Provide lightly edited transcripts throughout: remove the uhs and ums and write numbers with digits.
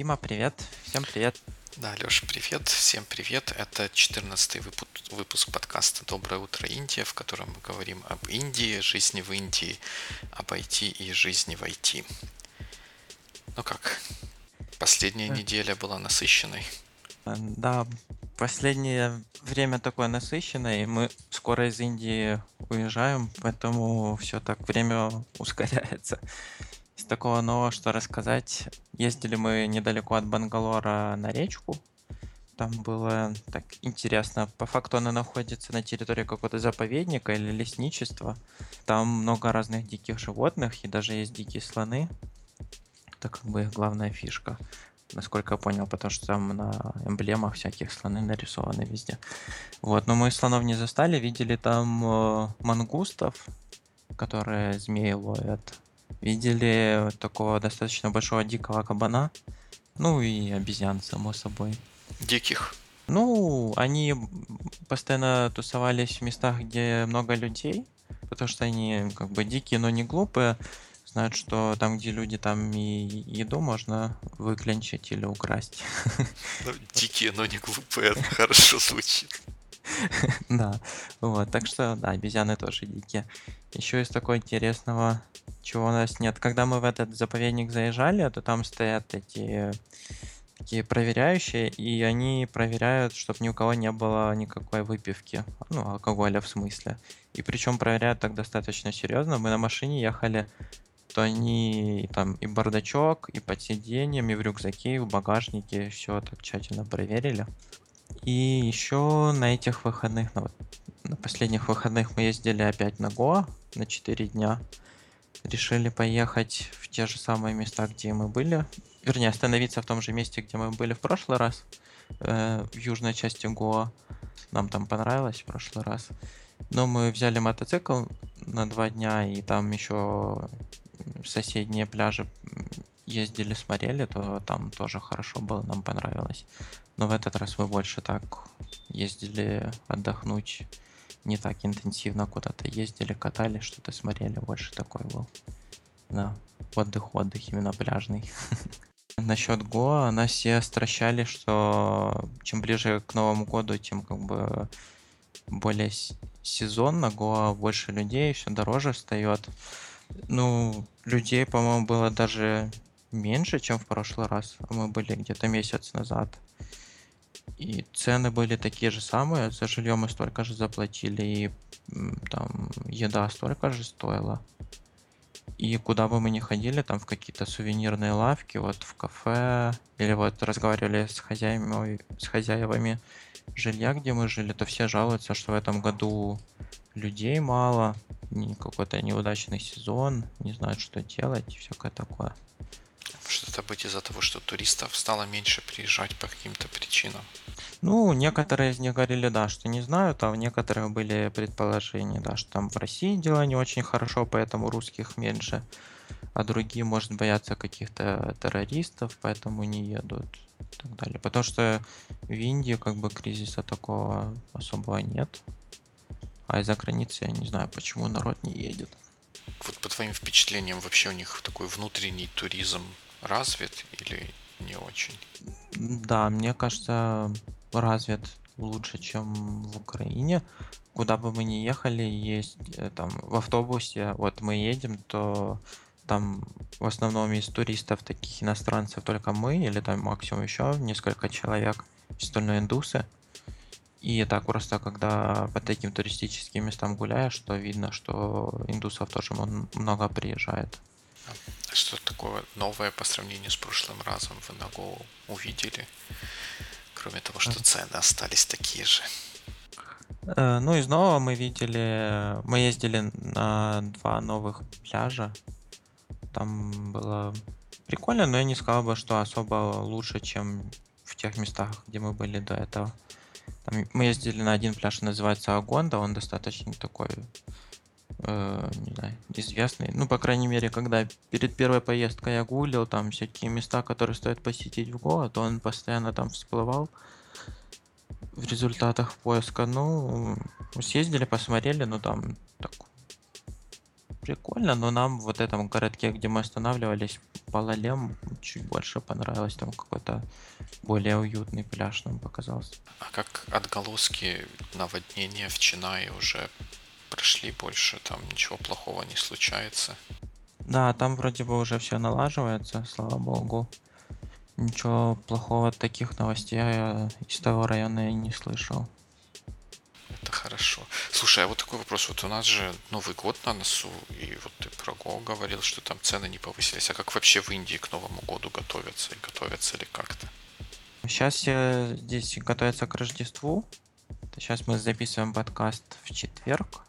Дима, привет. Всем привет. Да, Леш, привет, всем привет. Это 14-й выпуск подкаста «Доброе утро, Индия», в котором мы говорим об Индии, жизни в Индии, об IT и жизни в IT. Ну как, последняя Э, неделя была насыщенной. Да, последнее время такое насыщенное, и мы скоро из Индии уезжаем, поэтому все так время ускоряется. Из такого нового, что рассказать, ездили мы недалеко от Бангалора на речку. Там было так интересно. По факту она находится на территории какого-то заповедника или лесничества. Там много разных диких животных, и даже есть дикие слоны. Это как бы их главная фишка, насколько я понял, потому что там на эмблемах всяких слоны нарисованы везде. Вот, но мы слонов не застали, видели там мангустов, которые змеи ловят. Видели такого достаточно большого дикого кабана, ну и обезьян, само собой. Диких. Ну, они постоянно тусовались в местах, где много людей, потому что они как бы дикие, но не глупые. Знают, что там, где люди, там и еду можно выклянчить или украсть. Ну, дикие, но не глупые, хорошо звучит. Да, вот, так что, да, обезьяны тоже дикие. Еще из такого интересного, чего у нас нет. Когда мы в этот заповедник заезжали, то там стоят эти такие проверяющие, и они проверяют, чтобы ни у кого не было никакой выпивки, ну, алкоголя в смысле. И причем проверяют так достаточно серьезно. Мы на машине ехали, то они там и бардачок, и под сиденьем, и в рюкзаке, и в багажнике все так тщательно проверили. И еще на этих выходных, на последних выходных мы ездили опять на Гоа на 4 дня. Решили поехать в те же самые места, где мы были. Вернее, остановиться в том же месте, где мы были в прошлый раз, в южной части Гоа. Нам там понравилось в прошлый раз. Но мы взяли мотоцикл на 2 дня, и там еще соседние пляжи ездили, смотрели, то там тоже хорошо было, нам понравилось. Но в этот раз мы больше так ездили отдохнуть, не так интенсивно куда-то ездили, катали, что-то смотрели, больше такой был. Да, отдых именно пляжный. Насчет Гоа, нас все стращали, что чем ближе к Новому году, тем как бы более сезонно, Гоа больше людей, все дороже встает. Ну, людей, по-моему, было даже меньше, чем в прошлый раз. А мы были где-то месяц назад. И цены были такие же самые. За жилье мы столько же заплатили, и там еда столько же стоила. И куда бы мы ни ходили, там в какие-то сувенирные лавки, вот в кафе, или вот разговаривали с хозяевами жилья, где мы жили, то все жалуются, что в этом году людей мало, какой-то неудачный сезон, не знают, что делать, всякое такое. Может это быть из-за того, что туристов стало меньше приезжать по каким-то причинам? Ну, некоторые из них говорили, да, что не знают, а у некоторых были предположения, да, что там в России дела не очень хорошо, поэтому русских меньше, а другие, может, боятся каких-то террористов, поэтому не едут и так далее. Потому что в Индии как бы кризиса такого особого нет, а из-за границы я не знаю, почему народ не едет. Вот по твоим впечатлениям, вообще у них такой внутренний туризм развит или не очень? Да, мне кажется, развит лучше, чем в Украине. Куда бы мы ни ехали, есть там в автобусе, вот мы едем, то там в основном из туристов, таких иностранцев, только мы, или там максимум еще несколько человек, все остальное индусы. И так просто, когда по таким туристическим местам гуляешь, то видно, что индусов тоже много приезжает. А что такое новое по сравнению с прошлым разом вы на Go увидели? Кроме того, что цены остались такие же. Ну, из нового мы ездили на 2 новых пляжа. Там было прикольно, но я не сказал бы, что особо лучше, чем в тех местах, где мы были до этого. Там мы ездили на один пляж, называется Агонда, он достаточно такой, не знаю, известный. Ну, по крайней мере, когда перед первой поездкой я гуглил, там всякие места, которые стоит посетить в Гоа, то он постоянно там всплывал в результатах поиска. Ну, съездили, посмотрели, ну там так прикольно, но нам в вот этом городке, где мы останавливались, Палалем, чуть больше понравилось, там какой-то более уютный пляж нам показался. А как отголоски наводнения в Чинае уже прошли больше, там ничего плохого не случается? Да, там вроде бы уже все налаживается, слава богу. Ничего плохого от таких новостей я из того района и не слышал. Это хорошо. Слушай, а вот такой вопрос. Вот у нас же Новый год на носу, и вот ты про Го говорил, что там цены не повысились. А как вообще в Индии к Новому году готовятся? И готовятся ли как-то? Сейчас здесь готовятся к Рождеству. Сейчас мы записываем подкаст в четверг,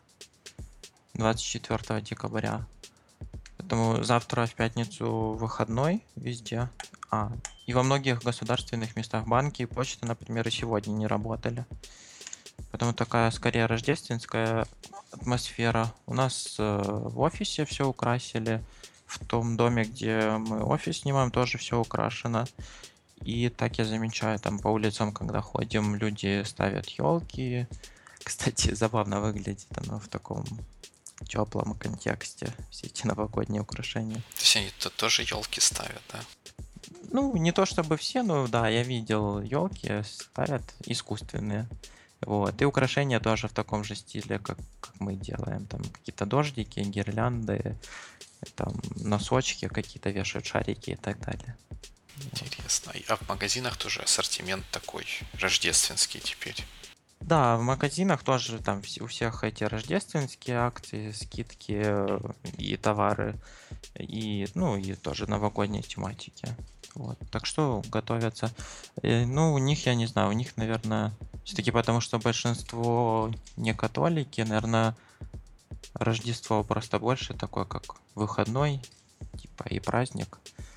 24 декабря. Поэтому завтра в пятницу выходной везде. И во многих государственных местах банки и почта, например, и сегодня не работали. Поэтому такая скорее рождественская атмосфера. У нас в офисе все украсили. В том доме, где мы офис снимаем, тоже все украшено. И так я замечаю, там по улицам, когда ходим, люди ставят елки. Кстати, забавно выглядит оно в таком теплом контексте, все эти новогодние украшения. То есть они тоже елки ставят, да? Ну, не то чтобы все, но да, я видел елки ставят искусственные. Вот. И украшения тоже в таком же стиле, как мы делаем. Там какие-то дождики, гирлянды, там носочки какие-то вешают, шарики и так далее. Интересно. А в магазинах тоже ассортимент такой рождественский теперь. Да, в магазинах тоже там у всех эти рождественские акции, скидки и товары, и тоже новогодние тематики. Вот. Так что готовятся. Ну, у них, я не знаю, у них, наверное, все-таки потому что большинство не католики, наверное, Рождество просто больше такое, как выходной, типа и праздник.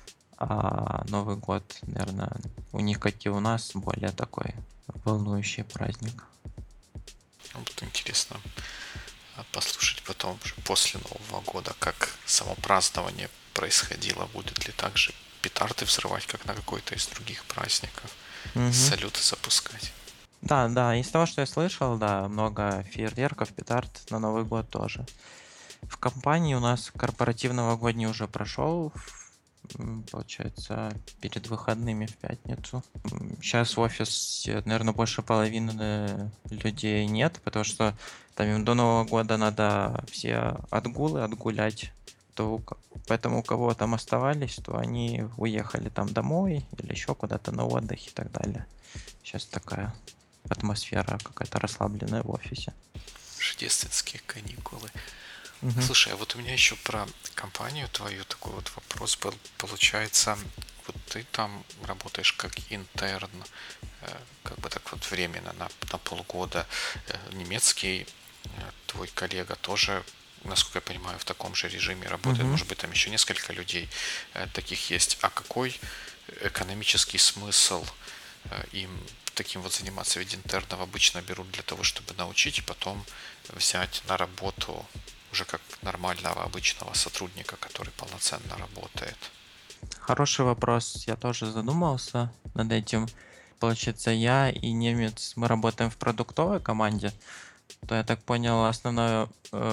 А Новый год, наверное, у них, как и у нас, более такой волнующий праздник. Вот интересно послушать потом уже после Нового года, как само празднование происходило. Будет ли также петарды взрывать, как на какой-то из других праздников, Мгм. салюты запускать. Да, да, из того, что я слышал, да, много фейерверков, петард на Новый год тоже. В компании у нас корпоратив новогодний уже прошел, получается, перед выходными в пятницу. Сейчас в офисе, наверное, больше половины людей нет, потому что там им до Нового года надо все отгулы отгулять. Поэтому у кого там оставались, то они уехали там домой или еще куда-то на отдых и так далее. Сейчас такая атмосфера какая-то расслабленная в офисе. Рождественские каникулы. Мгм. Слушай, а вот у меня еще про компанию твою такой вот вопрос был. Получается, вот ты там работаешь как интерн, как бы так вот временно, на полгода. Немецкий твой коллега тоже, насколько я понимаю, в таком же режиме работает. Мгм. Может быть, там еще несколько людей таких есть. А какой экономический смысл им таким вот заниматься? Ведь интернов обычно берут для того, чтобы научить и потом взять на работу уже как нормального обычного сотрудника, который полноценно работает. Хороший вопрос. Я тоже задумался над этим. Получается, я и немец, мы работаем в продуктовой команде. То я так понял, основной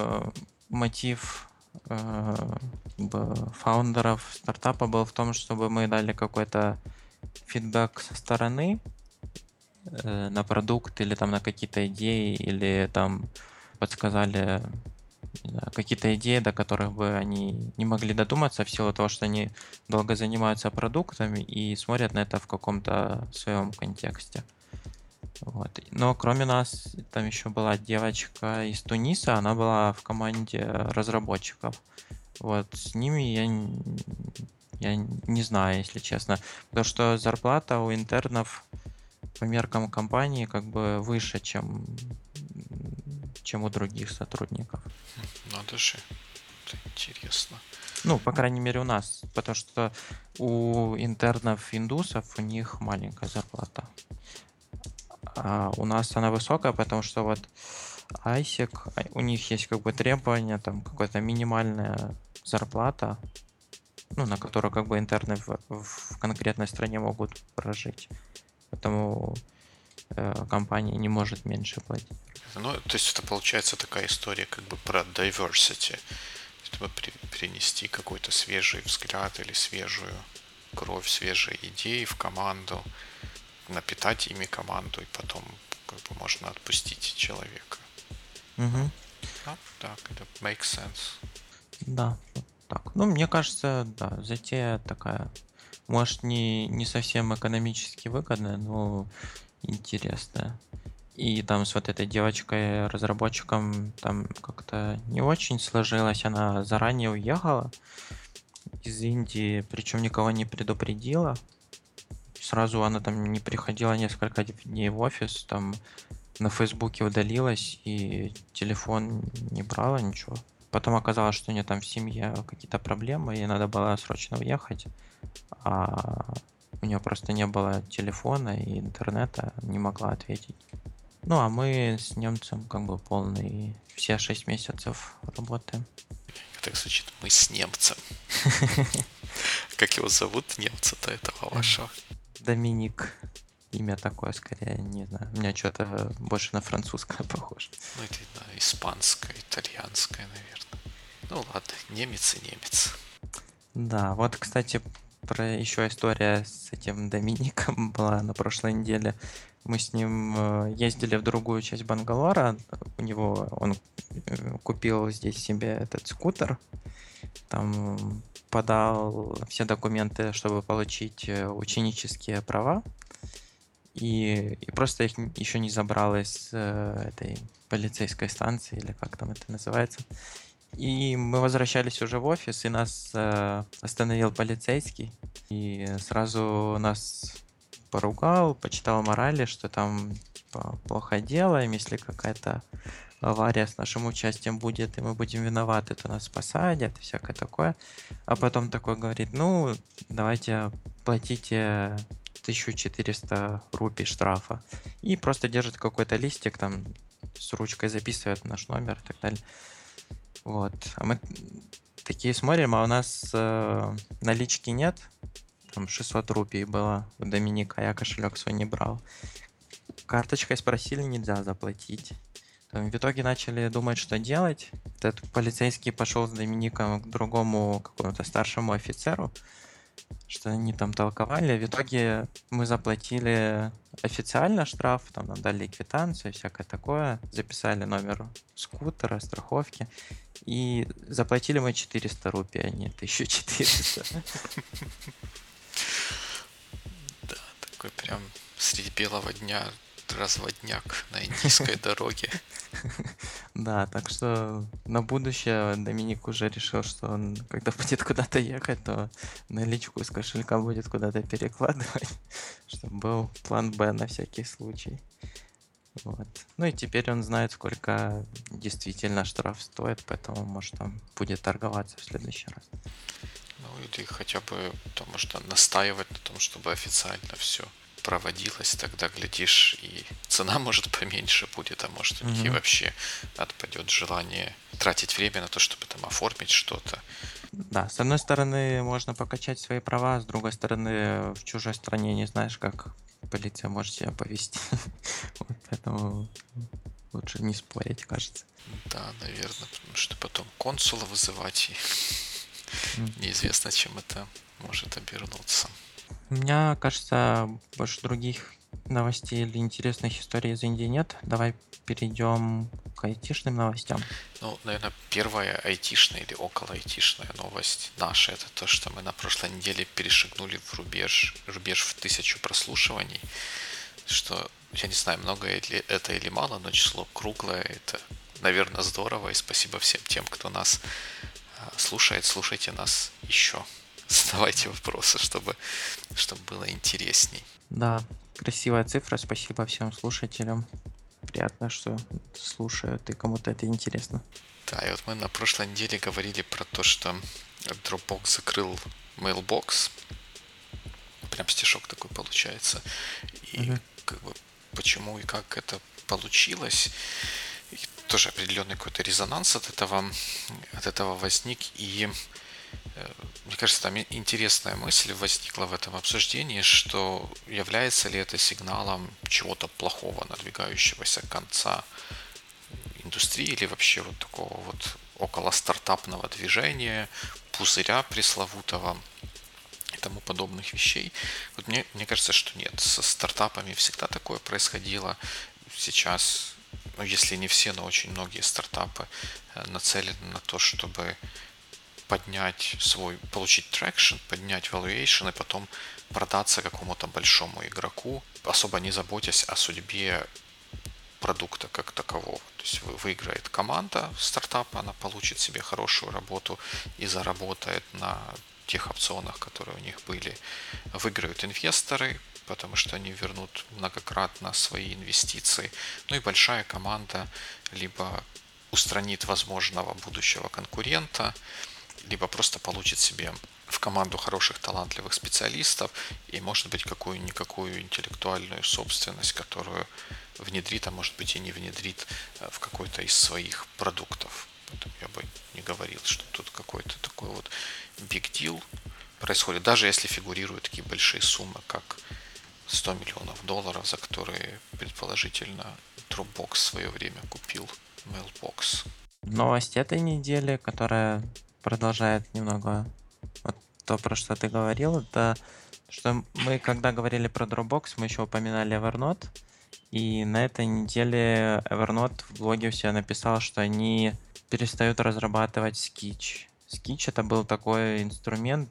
мотив как бы фаундеров стартапа был в том, чтобы мы дали какой-то фидбэк со стороны на продукт или там на какие-то идеи, или там подсказали не знаю, какие-то идеи, до которых бы они не могли додуматься в силу того, что они долго занимаются продуктами и смотрят на это в каком-то своем контексте. Вот. Но кроме нас, там еще была девочка из Туниса, она была в команде разработчиков. Вот с ними я не знаю, если честно. Потому что зарплата у интернов по меркам компании как бы выше, чем у других сотрудников. Надо же, это интересно. Ну, по крайней мере, у нас. Потому что у интернов индусов у них маленькая зарплата. А у нас она высокая, потому что вот ISEC, у них есть как бы требования, там какая-то минимальная зарплата, ну, на которую как бы интерны в конкретной стране могут прожить. Поэтому компания не может меньше платить. Ну, то есть это получается такая история как бы про diversity, чтобы принести какой-то свежий взгляд или свежую кровь, свежие идеи в команду, напитать ими команду, и потом как бы можно отпустить человека. Мгм. Да, так, это makes sense. Да, вот так. Ну, мне кажется, да, затея такая, может, не совсем экономически выгодная, но интересная. И там с вот этой девочкой-разработчиком там как-то не очень сложилось. Она заранее уехала из Индии, причем никого не предупредила. Сразу она там не приходила несколько дней в офис, там на Фейсбуке удалилась и телефон не брала, ничего. Потом оказалось, что у нее там в семье какие-то проблемы, ей надо было срочно уехать, а у нее просто не было телефона и интернета, не могла ответить. Ну, а мы с немцем как бы полный, все 6 месяцев работаем. Так звучит, мы с немцем. Как его зовут, немца-то этого вашего? Доминик. Имя такое, скорее, не знаю. У меня что-то больше на французское похоже. Ну, это да, испанское, итальянское, наверное. Ну ладно, немец и немец. Да, вот, кстати, про еще история с этим Домиником была на прошлой неделе. Мы с ним ездили в другую часть Бангалора. Он купил здесь себе этот скутер. Там подал все документы, чтобы получить ученические права. И просто их еще не забрал из этой полицейской станции, или как там это называется. И мы возвращались уже в офис, и нас остановил полицейский. И сразу нас поругал, почитал морали, что там типа плохо делаем, если какая-то авария с нашим участием будет, и мы будем виноваты, то нас посадят, и всякое такое. А потом такой говорит, ну, давайте платите 1400 рупий штрафа. И просто держит какой-то листик, там с ручкой записывает наш номер и так далее. Вот. А мы такие смотрим, а у нас налички нет. Там 600 рупий было у Доминика, а я кошелек свой не брал. Карточкой спросили, нельзя заплатить. Там в итоге начали думать, что делать. Этот полицейский пошел с Домиником к другому какому-то старшему офицеру, что они там толковали. В итоге мы заплатили официально штраф, там нам дали квитанцию и всякое такое. Записали номер скутера, страховки. И заплатили мы 400 рупий, а не 1400. Да, такой прям среди белого дня разводняк на индийской дороге. Да, так что на будущее Доминик уже решил, что он, когда будет куда-то ехать, то наличку из кошелька будет куда-то перекладывать, чтобы был план Б на всякий случай. Вот. Ну и теперь он знает, сколько действительно штраф стоит, поэтому, может, там будет торговаться в следующий раз. Ну или хотя бы, потому что настаивать на том, чтобы официально все проводилось, тогда, глядишь, и цена может поменьше будет, а может у них и Мгм. вообще отпадет желание тратить время на то, чтобы там оформить что-то. Да, с одной стороны, можно покачать свои права, с другой стороны, в чужой стране не знаешь, как полиция может себя повести. Вот поэтому лучше не спорить, кажется. Да, наверное, потому что потом консула вызывать, и М. неизвестно, чем это может обернуться. У меня, кажется, больше других новостей или интересных историй из Индии нет. Давай перейдем к айтишным новостям. Ну, наверное, первая айтишная или около айтишная новость наша, это то, что мы на прошлой неделе перешагнули в рубеж в 1000 прослушиваний, что, я не знаю, много ли это или мало, но число круглое, это, наверное, здорово, и спасибо всем тем, кто нас слушает, слушайте нас еще. Задавайте вопросы, чтобы было интересней. Да, красивая цифра. Спасибо всем слушателям. Приятно, что слушают и кому-то это интересно. Да, и вот мы на прошлой неделе говорили про то, что Dropbox закрыл Mailbox. Прям стишок такой получается. И Мгм. как бы почему и как это получилось. И тоже определенный какой-то резонанс от этого возник. И мне кажется, там интересная мысль возникла в этом обсуждении, что является ли это сигналом чего-то плохого, надвигающегося конца индустрии или вообще вот такого вот около стартапного движения, пузыря пресловутого. тому подобных вещей. Вот мне кажется, что нет. Со стартапами всегда такое происходило. Сейчас, ну, если не все, но очень многие стартапы нацелены на то, чтобы поднять получить traction, поднять valuation и потом продаться какому-то большому игроку, особо не заботясь о судьбе продукта как такового. То есть выиграет команда стартапа, она получит себе хорошую работу и заработает на тех опционах, которые у них были. Выиграют инвесторы, потому что они вернут многократно свои инвестиции. Ну и большая команда либо устранит возможного будущего конкурента, либо просто получит себе в команду хороших талантливых специалистов и, может быть, какую-никакую интеллектуальную собственность, которую внедрит, а может быть и не внедрит в какой-то из своих продуктов. Поэтому я бы не говорил, что тут какой-то такой вот big deal происходит, даже если фигурируют такие большие суммы, как $100 миллионов, за которые, предположительно, Dropbox в свое время купил Mailbox. Новость этой недели, которая продолжает немного вот то, про что ты говорил, это что мы, когда говорили про Dropbox, мы еще упоминали Evernote, и на этой неделе Evernote в блоге у себя написал, что они перестают разрабатывать Sketch. Sketch это был такой инструмент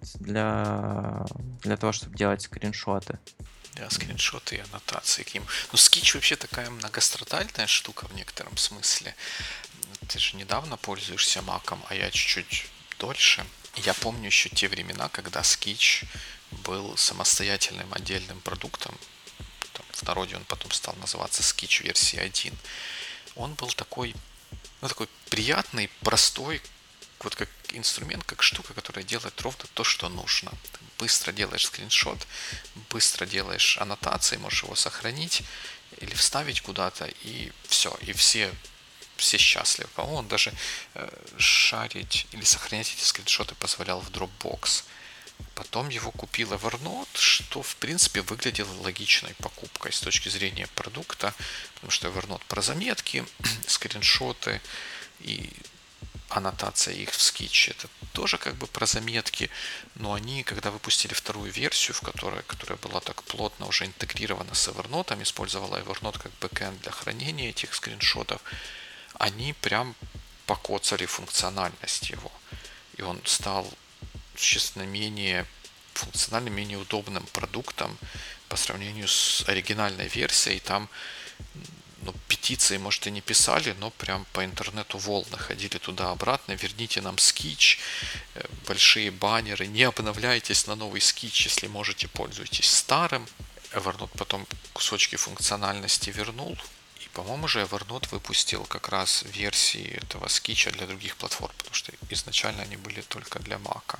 для того, чтобы делать скриншоты. Да, скриншоты и аннотации к ним. Ну, Sketch вообще такая многострадальная штука в некотором смысле. Ты же недавно пользуешься Маком, а я чуть-чуть дольше. Я помню еще те времена, когда Sketch был самостоятельным отдельным продуктом. В народе он потом стал называться Sketch версии 1. Он был такой, ну, такой приятный, простой, вот как инструмент, как штука, которая делает ровно то, что нужно. Ты быстро делаешь скриншот, быстро делаешь аннотации, можешь его сохранить или вставить куда-то, и все, и все счастливы. По-моему, он даже шарить или сохранять эти скриншоты позволял в Dropbox. Потом его купил Evernote, что в принципе выглядело логичной покупкой с точки зрения продукта, потому что Evernote про заметки, скриншоты и аннотация их в Sketch это тоже как бы про заметки, но они, когда выпустили вторую версию, которая была так плотно уже интегрирована с Evernote, использовала Evernote как бэкэнд для хранения этих скриншотов, они прям покоцали функциональность его. И он стал существенно менее функциональным, менее удобным продуктом по сравнению с оригинальной версией. Там петиции, может, и не писали, но прям по интернету волны ходили туда-обратно. Верните нам Sketch, большие баннеры, не обновляйтесь на новый Sketch, если можете, пользуйтесь старым. Evernote потом кусочки функциональности вернул. И, по-моему, же Evernote выпустил как раз версии этого Sketch для других платформ, потому что изначально они были только для Mac.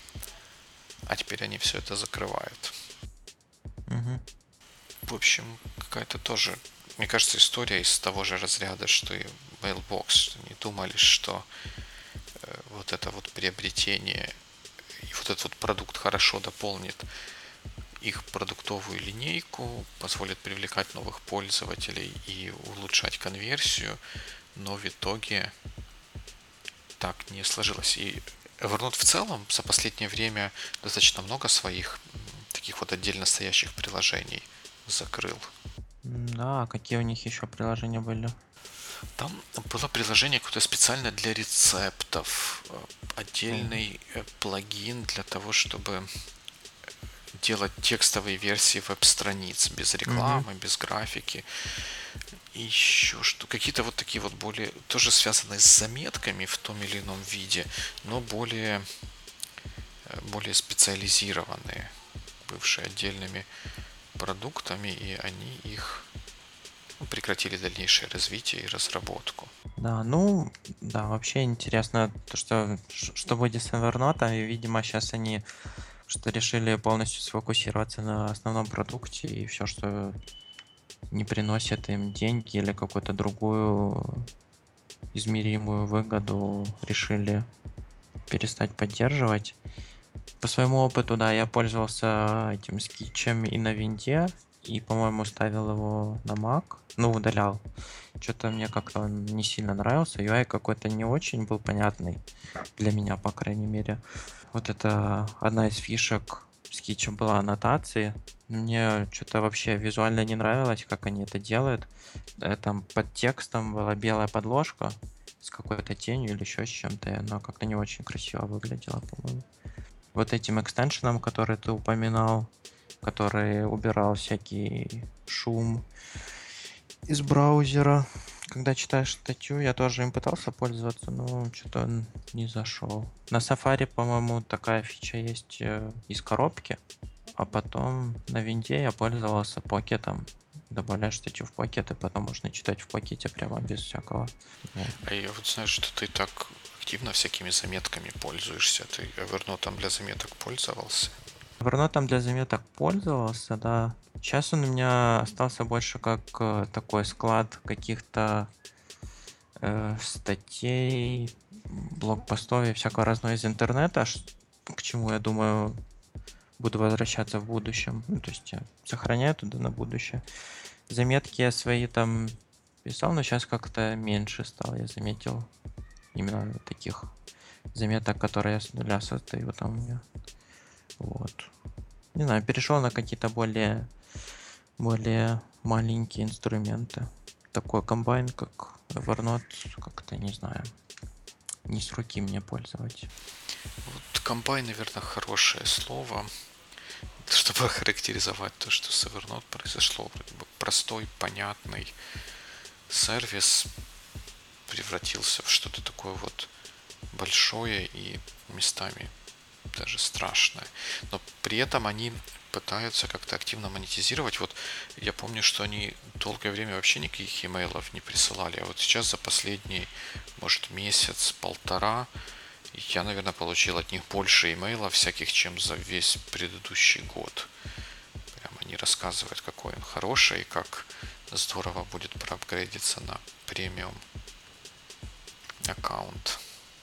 А теперь они все это закрывают. Мгм. В общем, какая-то тоже, мне кажется, история из того же разряда, что и Mailbox. Что не думали, что вот это вот приобретение и вот этот вот продукт хорошо дополнит их продуктовую линейку, позволит привлекать новых пользователей и улучшать конверсию, но в итоге так не сложилось. И Evernote в целом за последнее время достаточно много своих таких вот отдельно стоящих приложений закрыл. Да, а какие у них еще приложения были? Там было приложение какое-то специально для рецептов, отдельный плагин для того, чтобы делать текстовые версии веб-страниц без рекламы, без графики. И еще что, какие-то вот такие вот более, тоже связанные с заметками в том или ином виде, но более специализированные, бывшие отдельными продуктами, и они их прекратили дальнейшее развитие и разработку. Да, да, вообще интересно, то, что будет с Evernote, и, видимо, сейчас они что решили полностью сфокусироваться на основном продукте, и все, что не приносит им деньги или какую-то другую измеримую выгоду, решили перестать поддерживать. По своему опыту, да, я пользовался этим скетчем и на винде, и, по-моему, ставил его на Mac, удалял. Что-то мне как-то он не сильно нравился, UI какой-то не очень был понятный, для меня, по крайней мере. Вот это одна из фишек Sketch была аннотации. Мне что-то вообще визуально не нравилось, как они это делают. Там под текстом была белая подложка с какой-то тенью или еще с чем-то, и оно как-то не очень красиво выглядело, по-моему. Вот этим экстеншеном, который ты упоминал, который убирал всякий шум из браузера. Когда читаешь статью, я тоже им пытался пользоваться, но что-то он не зашел. На Safari, по-моему, такая фича есть из коробки, а потом на винде я пользовался покетом. Добавляешь статью в покет, и потом можно читать в покете прямо без всякого. Вот. А я вот знаю, что ты так активно всякими заметками пользуешься. Ты Evernote для заметок пользовался? Evernote для заметок пользовался, да. Сейчас он у меня остался больше как такой склад каких-то статей, блогпостов и всякого разного из интернета, к чему, я думаю, буду возвращаться в будущем. Ну, то есть я сохраняю туда на будущее. Заметки я свои там писал, но сейчас как-то меньше стало, я заметил. Именно таких заметок, которые я с нуля создаю там у меня. Вот. Не знаю, перешел на какие-то более маленькие инструменты. Такой комбайн, как Evernote, как-то, не знаю, не с руки мне пользовать. Вот комбайн, наверное, хорошее слово, чтобы охарактеризовать то, что с Evernote произошло. Вроде бы простой, понятный сервис превратился в что-то такое вот большое и местами даже страшное. Но при этом они пытаются как-то активно монетизировать. Вот я помню, что они долгое время вообще никаких имейлов не присылали, а вот сейчас за последний, может, месяц-полтора я, наверное, получил от них больше имейлов всяких, чем за весь предыдущий год. Прям они рассказывают, какой он хороший и как здорово будет проапгрейдиться на премиум аккаунт.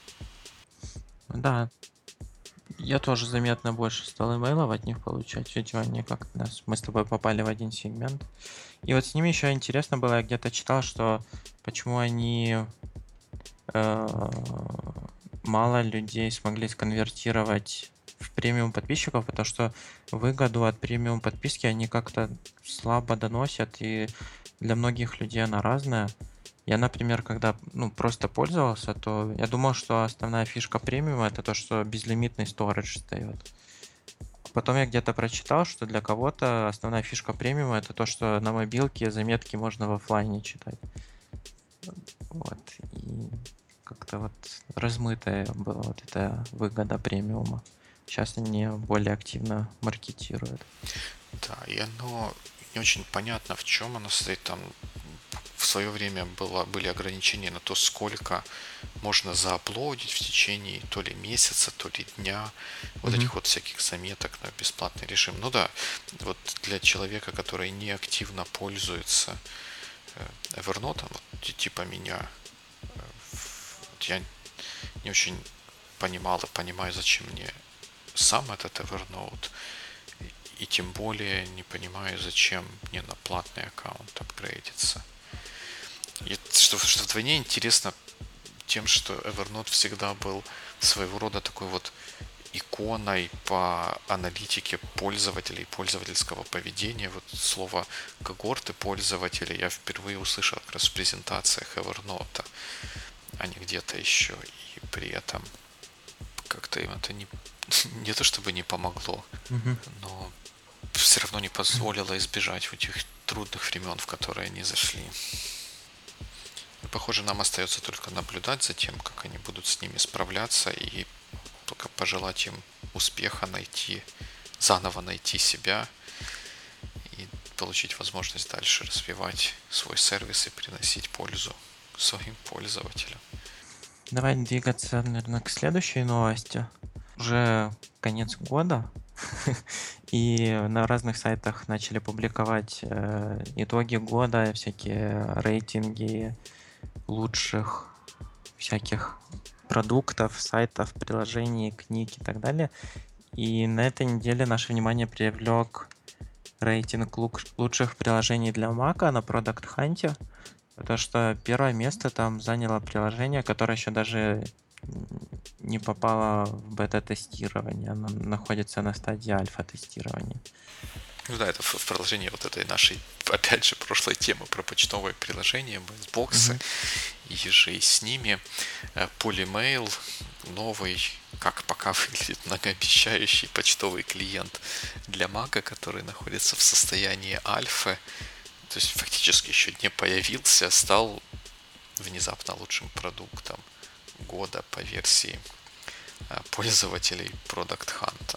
Да, я тоже заметно больше стал имейлов от них получать. Видимо, они как-то мы с тобой попали в один сегмент. И вот с ними еще интересно было, я где-то читал, что почему они мало людей смогли сконвертировать в премиум подписчиков, потому что выгоду от премиум подписки они как-то слабо доносят, и для многих людей она разная. Я, например, когда просто пользовался, то я думал, что основная фишка премиума это то, что безлимитный storage дает. Потом я где-то прочитал, что для кого-то основная фишка премиума это то, что на мобилке заметки можно в оффлайне читать. Вот. И как-то вот размытая была вот эта выгода премиума. Сейчас они более активно маркетируют. Да, и оно не очень понятно, в чем оно состоит. Там в свое время были ограничения на то, сколько можно зааплодить в течение то ли месяца, то ли дня вот этих вот всяких заметок на бесплатный режим. Ну да, вот для человека, который не активно пользуется Evernote, вот, типа меня, я не очень понимал и понимаю, зачем мне сам этот Evernote, и тем более не понимаю, зачем мне на платный аккаунт апгрейдиться. И что вдвойне интересно тем, что Evernote всегда был своего рода такой вот иконой по аналитике пользователей, пользовательского поведения. Вот слово когорты пользователей я впервые услышал как раз в презентациях Evernote, а не где-то еще. И при этом как-то им это не то чтобы не помогло, но все равно не позволило избежать вот этих трудных времен, в которые они зашли. И, похоже, нам остается только наблюдать за тем, как они будут с ними справляться, и только пожелать им успеха, заново найти себя и получить возможность дальше развивать свой сервис и приносить пользу своим пользователям. Давай двигаться, наверное, к следующей новости. Уже конец года, и на разных сайтах начали публиковать итоги года, всякие рейтинги лучших всяких продуктов, сайтов, приложений, книг и так далее. И на этой неделе наше внимание привлек рейтинг лучших приложений для Mac на Product Hunt, потому что первое место там заняло приложение, которое еще даже не попала в бета-тестирование, она находится на стадии альфа-тестирования. Ну да, это в продолжении вот этой нашей, опять же, прошлой темы про почтовые приложения, боксы и же с ними. Polymail, новый, как пока выглядит, многообещающий почтовый клиент для Mac, который находится в состоянии альфы, то есть фактически еще не появился, стал внезапно лучшим продуктом года по версии пользователей Product Hunt.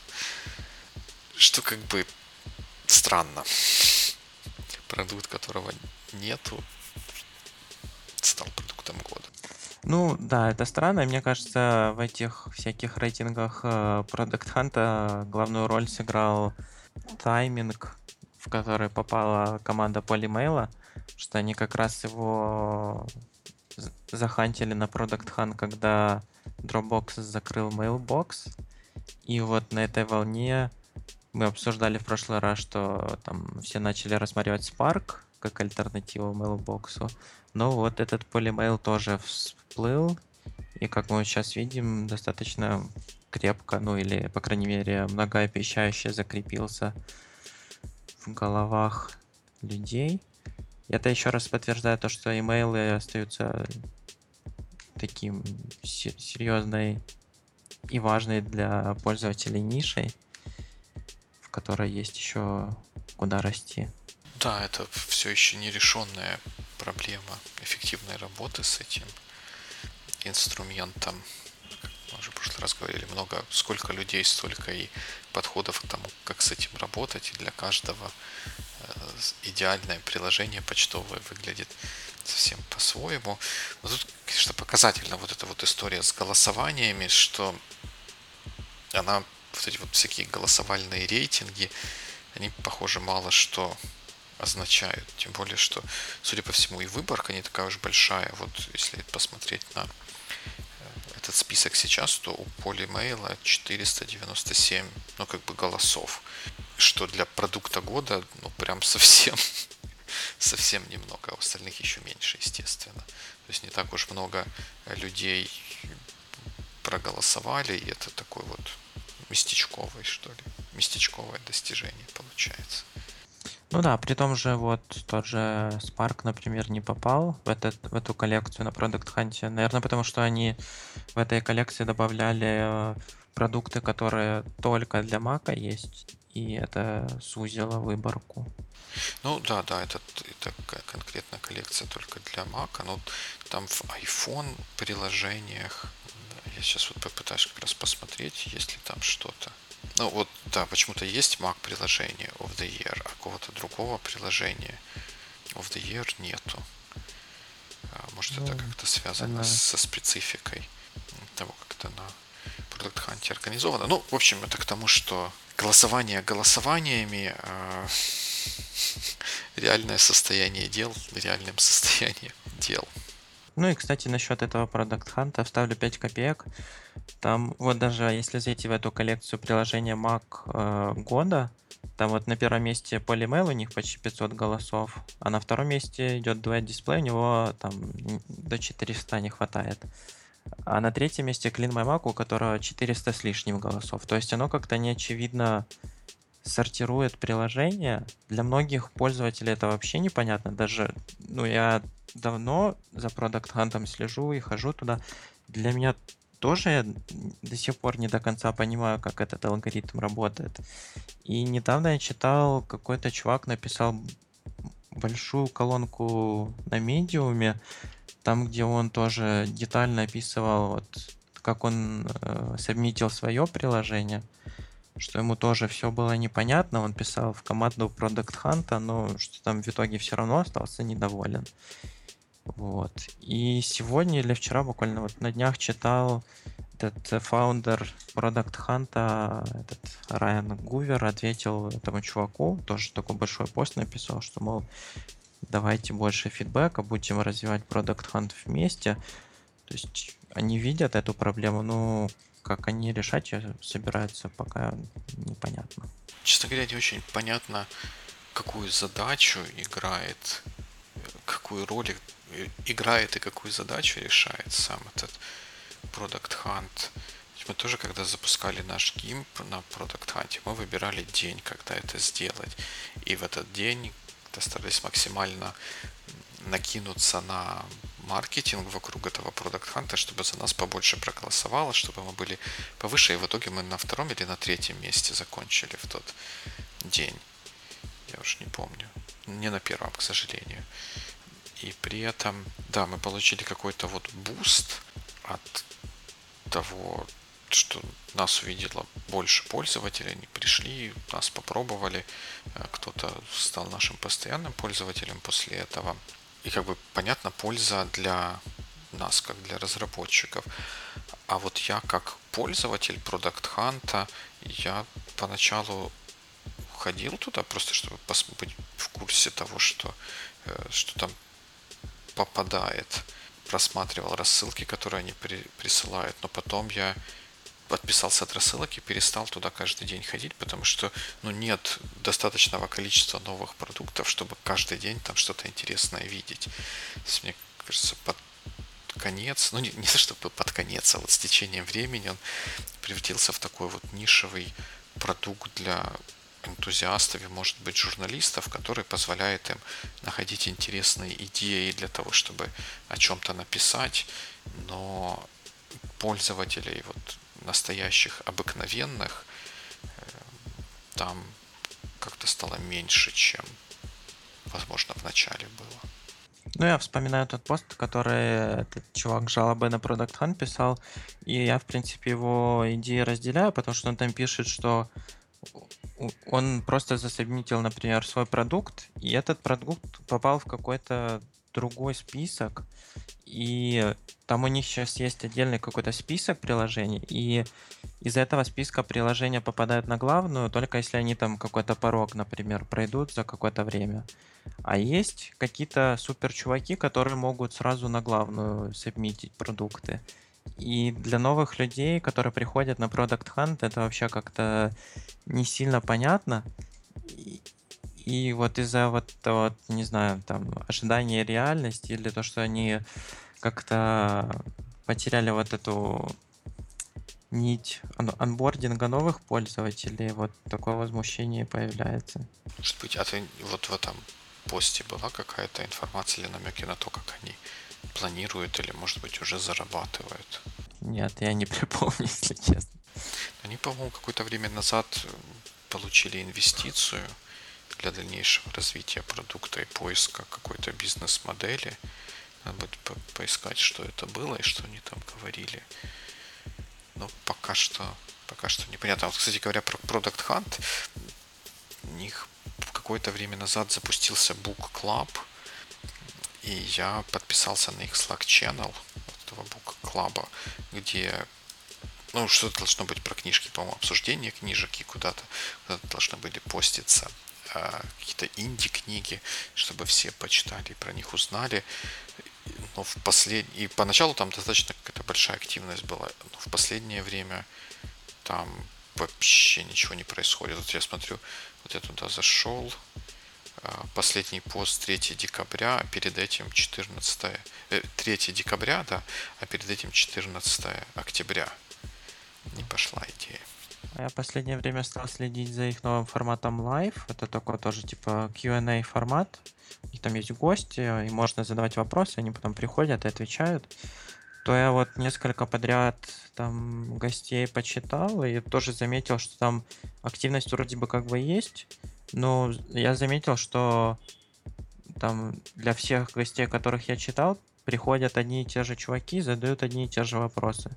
Что как бы странно. Продукт, которого нету, стал продуктом года. Ну да, это странно. И мне кажется, в этих всяких рейтингах Product Hunt главную роль сыграл тайминг, в который попала команда Polymail, что они как раз его захантили на Product Hunt, когда Dropbox закрыл Mailbox. И вот на этой волне мы обсуждали в прошлый раз, что там все начали рассматривать Spark как альтернативу Mailbox. Но вот этот Polymail тоже всплыл, и как мы сейчас видим, достаточно крепко, ну или, по крайней мере, многообещающе закрепился в головах людей. И это еще раз подтверждает то, что имейлы остаются таким серьезной и важной для пользователей нишей, в которой есть еще куда расти. Да, это все еще нерешенная проблема эффективной работы с этим инструментом. Мы уже в прошлый раз говорили, сколько людей, столько и подходов к тому, как с этим работать, и для каждого идеальное приложение почтовое выглядит совсем по-своему. Но тут, конечно, показательна вот эта вот история с голосованиями, что вот эти вот всякие голосовальные рейтинги, они, похоже, мало что означают. Тем более, что, судя по всему, и выборка не такая уж большая. Вот если посмотреть на этот список сейчас, то у Polymail 497, голосов. Что для продукта года, прям совсем немного, а у остальных еще меньше, естественно. То есть не так уж много людей проголосовали, и это такой вот местечковое достижение получается. Ну да, при том же вот тот же Spark, например, не попал в эту коллекцию на Product Hunt. Наверное, потому что они в этой коллекции добавляли продукты, которые только для Mac есть, и это сузило выборку. Ну да, это конкретно коллекция только для Mac, но там в iPhone приложениях, я сейчас вот попытаюсь как раз посмотреть, есть ли там что-то. Ну вот, да, почему-то есть Mac приложение of the Year, а какого-то другого приложения of the Year нету. Может, это как-то связано со спецификой того, как это на Product Hunt организовано. Ну, в общем, это к тому, что голосование голосованиями, реальное состояние дел реальным состоянием дел. Ну и, кстати, насчет этого Product Hunt вставлю 5 копеек. Там вот даже если зайти в эту коллекцию приложения Mac года, там вот на первом месте Polymail, у них почти 500 голосов, а на втором месте идет Duet Display, у него там до 400 не хватает. А на третьем месте Clean My Mac, у которого 400 с лишним голосов. То есть оно как-то неочевидно сортирует приложение. Для многих пользователей это вообще непонятно. Даже, я давно за Product Hunt слежу и хожу туда. Для меня тоже я до сих пор не до конца понимаю, как этот алгоритм работает. И недавно я читал, какой-то чувак написал большую колонку на медиуме, там, где он тоже детально описывал, вот, как он сабмитил свое приложение, что ему тоже все было непонятно. Он писал в команду Product Hunt, но что там в итоге все равно остался недоволен. Вот. И сегодня или вчера буквально вот на днях читал этот фаундер Product Hunt, этот Райан Гувер, ответил этому чуваку, тоже такой большой пост написал, что, мол, давайте больше фидбэка, будем развивать Product Hunt вместе. То есть они видят эту проблему, но как они решать ее собираются, пока непонятно. Честно говоря, не очень понятно, какую задачу играет, какую роль играет и какую задачу решает сам этот Product Hunt. Мы тоже, когда запускали наш GIMP на Product Hunt, мы выбирали день, когда это сделать. И в этот день старались максимально накинуться на маркетинг вокруг этого Product Hunt, чтобы за нас побольше проголосовало, чтобы мы были повыше. И в итоге мы на втором или на третьем месте закончили в тот день. Я уж не помню. Не на первом, к сожалению. И при этом, да, мы получили какой-то вот буст от того, что нас увидело больше пользователей, они пришли, нас попробовали, кто-то стал нашим постоянным пользователем после этого. И как бы понятно, польза для нас, как для разработчиков. А вот я как пользователь Product Hunt, я поначалу ходил туда просто, чтобы быть в курсе того, что там попадает. Просматривал рассылки, которые они присылают, но потом я отписался от рассылок и перестал туда каждый день ходить, потому что нет достаточного количества новых продуктов, чтобы каждый день там что-то интересное видеть. То есть, мне кажется, под конец, не то чтобы под конец, а вот с течением времени он превратился в такой вот нишевый продукт для энтузиастов и, может быть, журналистов, который позволяет им находить интересные идеи для того, чтобы о чем-то написать, но пользователей вот настоящих, обыкновенных там как-то стало меньше, чем, возможно, в начале было. Ну, я вспоминаю тот пост, который этот чувак жалобы на Product Hunt писал, и я, в принципе, его идеи разделяю, потому что он там пишет, что он просто засубмитил, например, свой продукт, и этот продукт попал в какой-то другой список, и там у них сейчас есть отдельный какой-то список приложений, и из этого списка приложения попадают на главную, только если они там какой-то порог, например, пройдут за какое-то время. А есть какие-то супер чуваки, которые могут сразу на главную сабмитить продукты. И для новых людей, которые приходят на Product Hunt, это вообще как-то не сильно понятно. И, и вот из-за вот, не знаю, там, ожидания реальности или то, что они как-то потеряли вот эту нить анбординга новых пользователей, вот такое возмущение появляется. Может быть, вот в этом посте была какая-то информация или намеки на то, как они планируют или, может быть, уже зарабатывают? Нет, я не припомню, если честно. Они, по-моему, какое-то время назад получили инвестицию для дальнейшего развития продукта и поиска какой-то бизнес-модели. Надо будет поискать, что это было и что они там говорили. Но пока что непонятно. Вот, кстати говоря, про Product Hunt, у них какое-то время назад запустился Book Club, и я подписался на их Slack channel этого Book Club, где что-то должно быть про книжки, по-моему, обсуждение книжек, и куда-то должны были поститься какие-то инди-книги, чтобы все почитали и про них узнали. Но и поначалу там достаточно какая-то большая активность была, но в последнее время там вообще ничего не происходит. Вот я смотрю, вот я туда зашел, последний пост 3 декабря, а перед этим 3 декабря, да, а перед этим 14 октября. Не пошла идея. Я в последнее время стал следить за их новым форматом Live. Это такой тоже типа Q&A формат. У них там есть гости, и можно задавать вопросы, они потом приходят и отвечают. То я вот несколько подряд там гостей почитал, и тоже заметил, что там активность вроде бы как бы есть, но я заметил, что там для всех гостей, которых я читал, приходят одни и те же чуваки, задают одни и те же вопросы.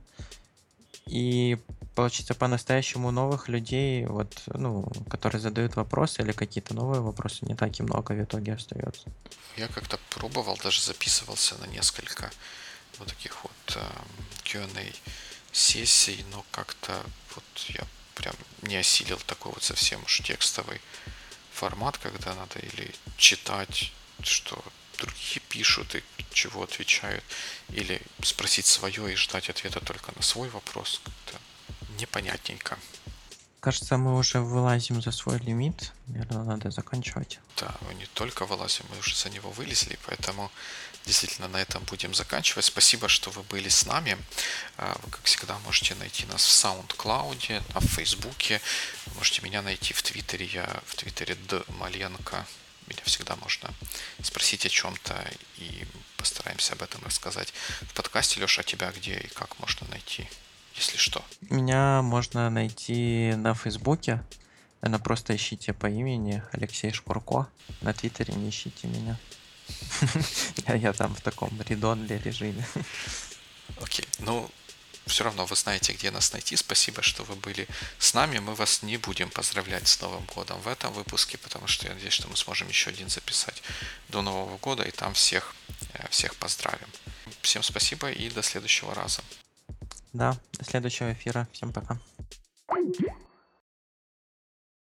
И получится по-настоящему новых людей, вот, которые задают вопросы или какие-то новые вопросы, не так и много в итоге остается. Я как-то пробовал, даже записывался на несколько вот таких вот Q&A сессий, но как-то вот я прям не осилил такой вот совсем уж текстовый формат, когда надо или читать, что другие пишут и чего отвечают, или спросить свое и ждать ответа только на свой вопрос. Как-то непонятненько. Кажется, мы уже вылазим за свой лимит. Наверное, надо заканчивать. Да, мы не только вылазим, мы уже за него вылезли, поэтому действительно на этом будем заканчивать. Спасибо, что вы были с нами. Вы, как всегда, можете найти нас в SoundCloud, в Фейсбуке. Вы можете меня найти в Твиттере. Я в Твиттере Маленко. Меня всегда можно спросить о чем-то, и постараемся об этом рассказать. В подкасте, Леша, тебя где и как можно найти, если что? Меня можно найти на Фейсбуке. Просто ищите по имени Алексей Шкурко. На Твиттере не ищите меня. Я там в таком read-only режиме. Окей, ну, все равно вы знаете, где нас найти. Спасибо, что вы были с нами. Мы вас не будем поздравлять с Новым годом в этом выпуске, потому что я надеюсь, что мы сможем еще один записать до Нового года, и там всех поздравим. Всем спасибо и до следующего раза. Да, до следующего эфира. Всем пока.